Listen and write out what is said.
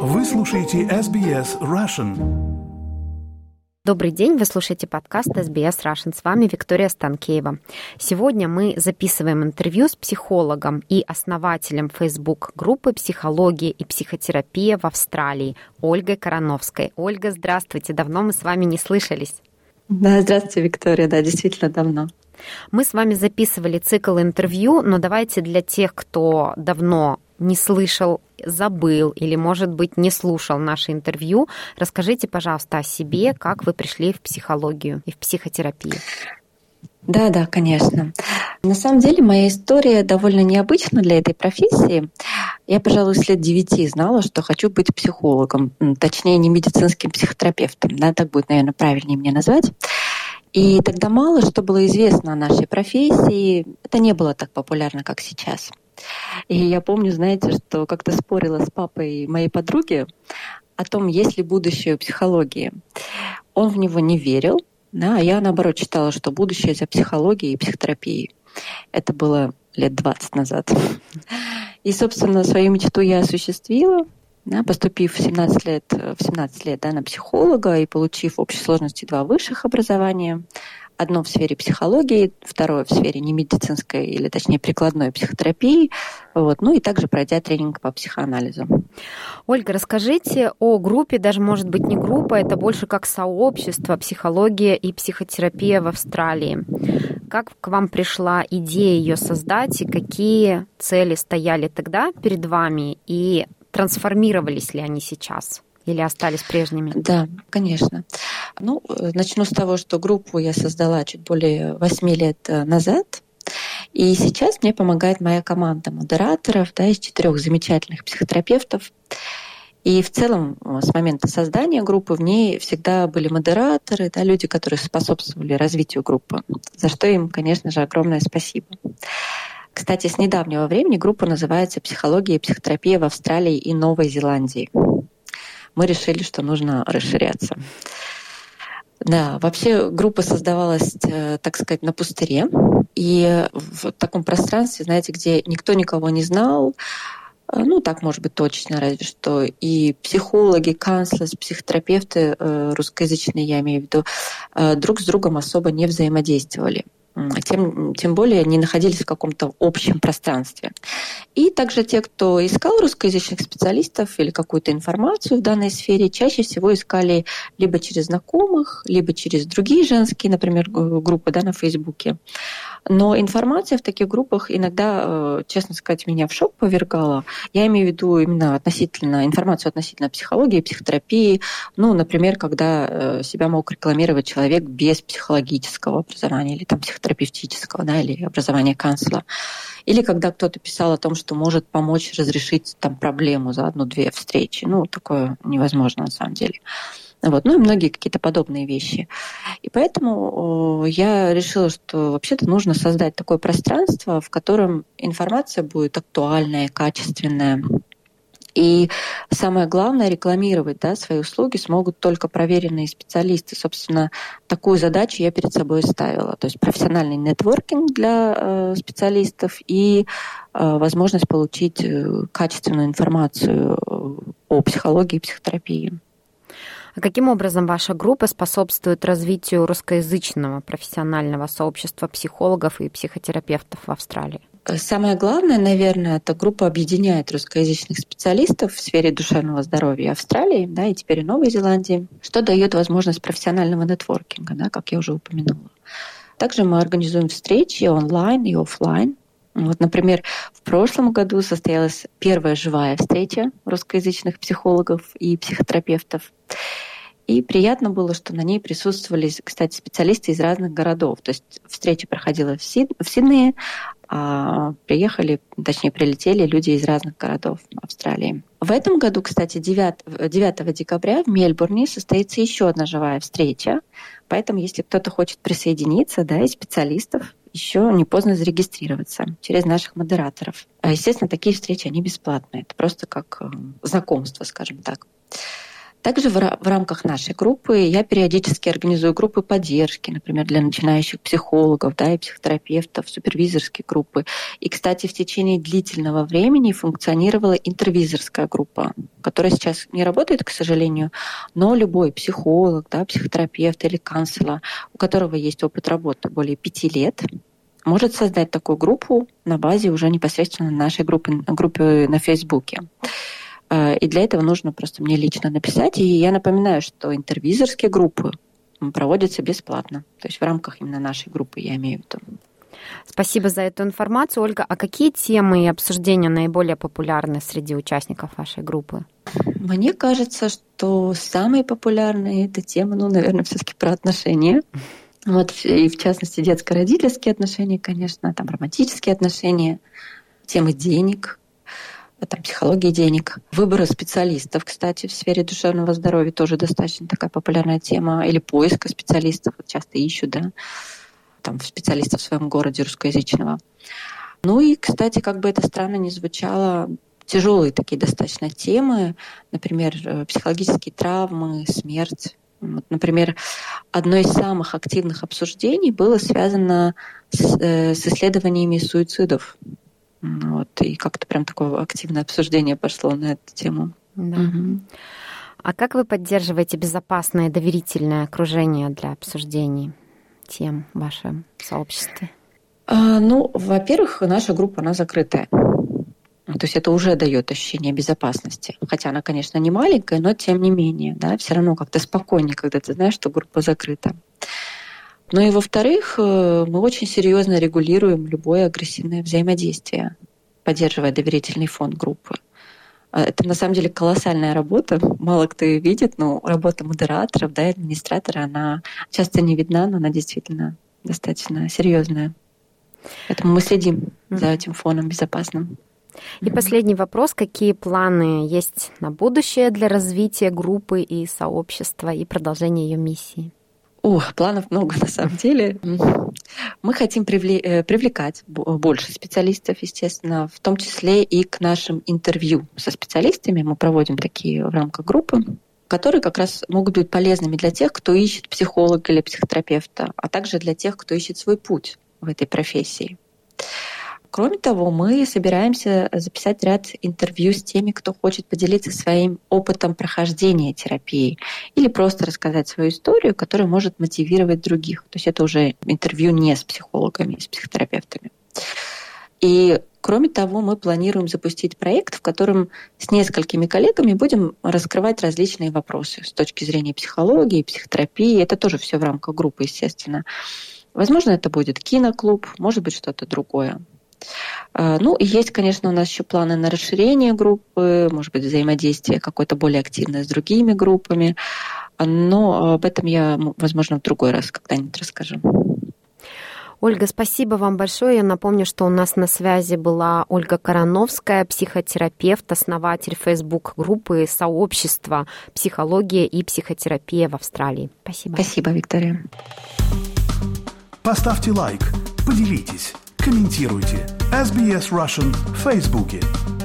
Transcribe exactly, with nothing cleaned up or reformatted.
Вы слушаете эс би эс Russian. Добрый день, вы слушаете подкаст эс би эс Russian. С вами Виктория Станкеева. Сегодня мы записываем интервью с психологом и основателем Facebook-группы «Психология и психотерапия» в Австралии Ольгой Короновской. Ольга, здравствуйте. Давно мы с вами не слышались. Да, здравствуйте, Виктория. Да, действительно давно. Мы с вами записывали цикл интервью, но давайте для тех, кто давно не слышал, забыл или, может быть, не слушал наше интервью, расскажите, пожалуйста, о себе, как вы пришли в психологию и в психотерапию. Да, да, конечно. На самом деле моя история довольно необычна для этой профессии. Я, пожалуй, с лет девяти знала, что хочу быть психологом, точнее, не медицинским психотерапевтом, да, так будет, наверное, правильнее мне назвать. И тогда мало что было известно о нашей профессии. Это не было так популярно, как сейчас. И я помню, знаете, что как-то спорила с папой моей подруги о том, есть ли будущее у психологии. Он в него не верил, да, а я, наоборот, считала, что будущее за психологией и психотерапией. Это было лет двадцать назад. И, собственно, свою мечту я осуществила, да, поступив в семнадцать лет, в семнадцать лет да, на психолога и получив в общей сложности два высших образования. Одно в сфере психологии, второе в сфере немедицинской, или точнее прикладной психотерапии, вот, ну и также пройдя тренинг по психоанализу. Ольга, расскажите о группе, даже может быть не группа, это больше как сообщество «Психология и психотерапия» в Австралии. Как к вам пришла идея ее создать и какие цели стояли тогда перед вами и трансформировались ли они сейчас? Или остались прежними? Да, конечно. Ну, начну с того, что группу я создала чуть более восьми лет назад. И сейчас мне помогает моя команда модераторов, да, из четырех замечательных психотерапевтов. И в целом с момента создания группы в ней всегда были модераторы, да, люди, которые способствовали развитию группы, за что им, конечно же, огромное спасибо. Кстати, с недавнего времени группа называется «Психология и психотерапия в Австралии и Новой Зеландии». Мы решили, что нужно расширяться. Да, вообще группа создавалась, так сказать, на пустыре. И в таком пространстве, знаете, где никто никого не знал, ну, так, может быть, точно, разве что. И психологи, канцлеры, психотерапевты русскоязычные, я имею в виду, друг с другом особо не взаимодействовали. Тем, тем более не находились в каком-то общем пространстве. И также те, кто искал русскоязычных специалистов или какую-то информацию в данной сфере, чаще всего искали либо через знакомых, либо через другие женские, например, группы, да, на Фейсбуке. Но информация в таких группах иногда, честно сказать, меня в шок повергала. Я имею в виду именно относительно информацию относительно психологии, психотерапии. Ну, например, когда себя мог рекламировать человек без психологического образования или там психотерапевтического, да, или образования канцлера. Или когда кто-то писал о том, что может помочь разрешить там проблему за одну-две встречи. Ну, такое невозможно на самом деле. Вот. Ну и многие какие-то подобные вещи. И поэтому я решила, что вообще-то нужно создать такое пространство, в котором информация будет актуальная, качественная. И самое главное, рекламировать, да, свои услуги смогут только проверенные специалисты. Собственно, такую задачу я перед собой ставила. То есть профессиональный нетворкинг для э, специалистов и э, возможность получить качественную информацию о психологии и психотерапии. А каким образом ваша группа способствует развитию русскоязычного профессионального сообщества психологов и психотерапевтов в Австралии? Самое главное, наверное, эта группа объединяет русскоязычных специалистов в сфере душевного здоровья Австралии, да, и теперь и Новой Зеландии, что дает возможность профессионального нетворкинга, да, как я уже упомянула. Также мы организуем встречи онлайн и офлайн. Вот, например, в прошлом году состоялась первая живая встреча русскоязычных психологов и психотерапевтов. И приятно было, что на ней присутствовали, кстати, специалисты из разных городов. То есть встреча проходила в, Сид... в Сиднее, а приехали, точнее, прилетели люди из разных городов Австралии. В этом году, кстати, девятого декабря в Мельбурне состоится еще одна живая встреча. Поэтому, если кто-то хочет присоединиться, да, из специалистов, еще не поздно зарегистрироваться через наших модераторов. Естественно, такие встречи, они бесплатные. Это просто как знакомство, скажем так. Также в, в рамках нашей группы я периодически организую группы поддержки, например, для начинающих психологов, да, и психотерапевтов, супервизорские группы. И, кстати, в течение длительного времени функционировала интервизорская группа, которая сейчас не работает, к сожалению, но любой психолог, да, психотерапевт или канцлер, у которого есть опыт работы более пяти лет, может создать такую группу на базе уже непосредственно нашей группы, группы на Фейсбуке. И для этого нужно просто мне лично написать. И я напоминаю, что интервизорские группы проводятся бесплатно. То есть в рамках именно нашей группы, я имею в виду. Спасибо за эту информацию. Ольга, а какие темы и обсуждения наиболее популярны среди участников вашей группы? Мне кажется, что самые популярные это темы, ну, наверное, все-таки про отношения. Вот, и в частности, детско-родительские отношения, конечно, там романтические отношения, темы денег, там, психологии денег, выбора специалистов, кстати, в сфере душевного здоровья тоже достаточно такая популярная тема, или поиска специалистов, вот часто ищут, да, там, специалистов в своем городе русскоязычного. Ну и, кстати, как бы это странно ни звучало, тяжелые такие достаточно темы, например, психологические травмы, смерть. Вот, например, одно из самых активных обсуждений было связано с, э, с исследованиями суицидов. Вот, и как-то прям такое активное обсуждение пошло на эту тему. Да. Угу. А как вы поддерживаете безопасное, доверительное окружение для обсуждений тем в вашем сообществе? А, ну, во-первых, наша группа, она закрытая. То есть это уже дает ощущение безопасности. Хотя она, конечно, не маленькая, но тем не менее, да, все равно как-то спокойнее, когда ты знаешь, что группа закрыта. Ну и во-вторых, мы очень серьезно регулируем любое агрессивное взаимодействие, поддерживая доверительный фон группы. Это на самом деле колоссальная работа. Мало кто ее видит, но работа модераторов, да, администратора, она часто не видна, но она действительно достаточно серьезная. Поэтому мы следим за этим фоном безопасным. И последний вопрос. Какие планы есть на будущее для развития группы и сообщества и продолжения ее миссии? О, планов много на самом деле. Мы хотим привлекать больше специалистов, естественно, в том числе и к нашим интервью со специалистами. Мы проводим такие в рамках группы, которые как раз могут быть полезными для тех, кто ищет психолога или психотерапевта, а также для тех, кто ищет свой путь в этой профессии. Кроме того, мы собираемся записать ряд интервью с теми, кто хочет поделиться своим опытом прохождения терапии или просто рассказать свою историю, которая может мотивировать других. То есть это уже интервью не с психологами, с психотерапевтами. И кроме того, мы планируем запустить проект, в котором с несколькими коллегами будем раскрывать различные вопросы с точки зрения психологии, психотерапии. Это тоже все в рамках группы, естественно. Возможно, это будет киноклуб, может быть, что-то другое. Ну, и есть, конечно, у нас еще планы на расширение группы, может быть, взаимодействие какое-то более активное с другими группами, но об этом я, возможно, в другой раз когда-нибудь расскажу. Ольга, спасибо вам большое. Я напомню, что у нас на связи была Ольга Короновская, психотерапевт, основатель Facebook-группы сообщества «Психология и психотерапия» в Австралии. Спасибо. Спасибо, Виктория. Поставьте лайк, поделитесь, комментируйте. эс би эс Russian в Фейсбуке.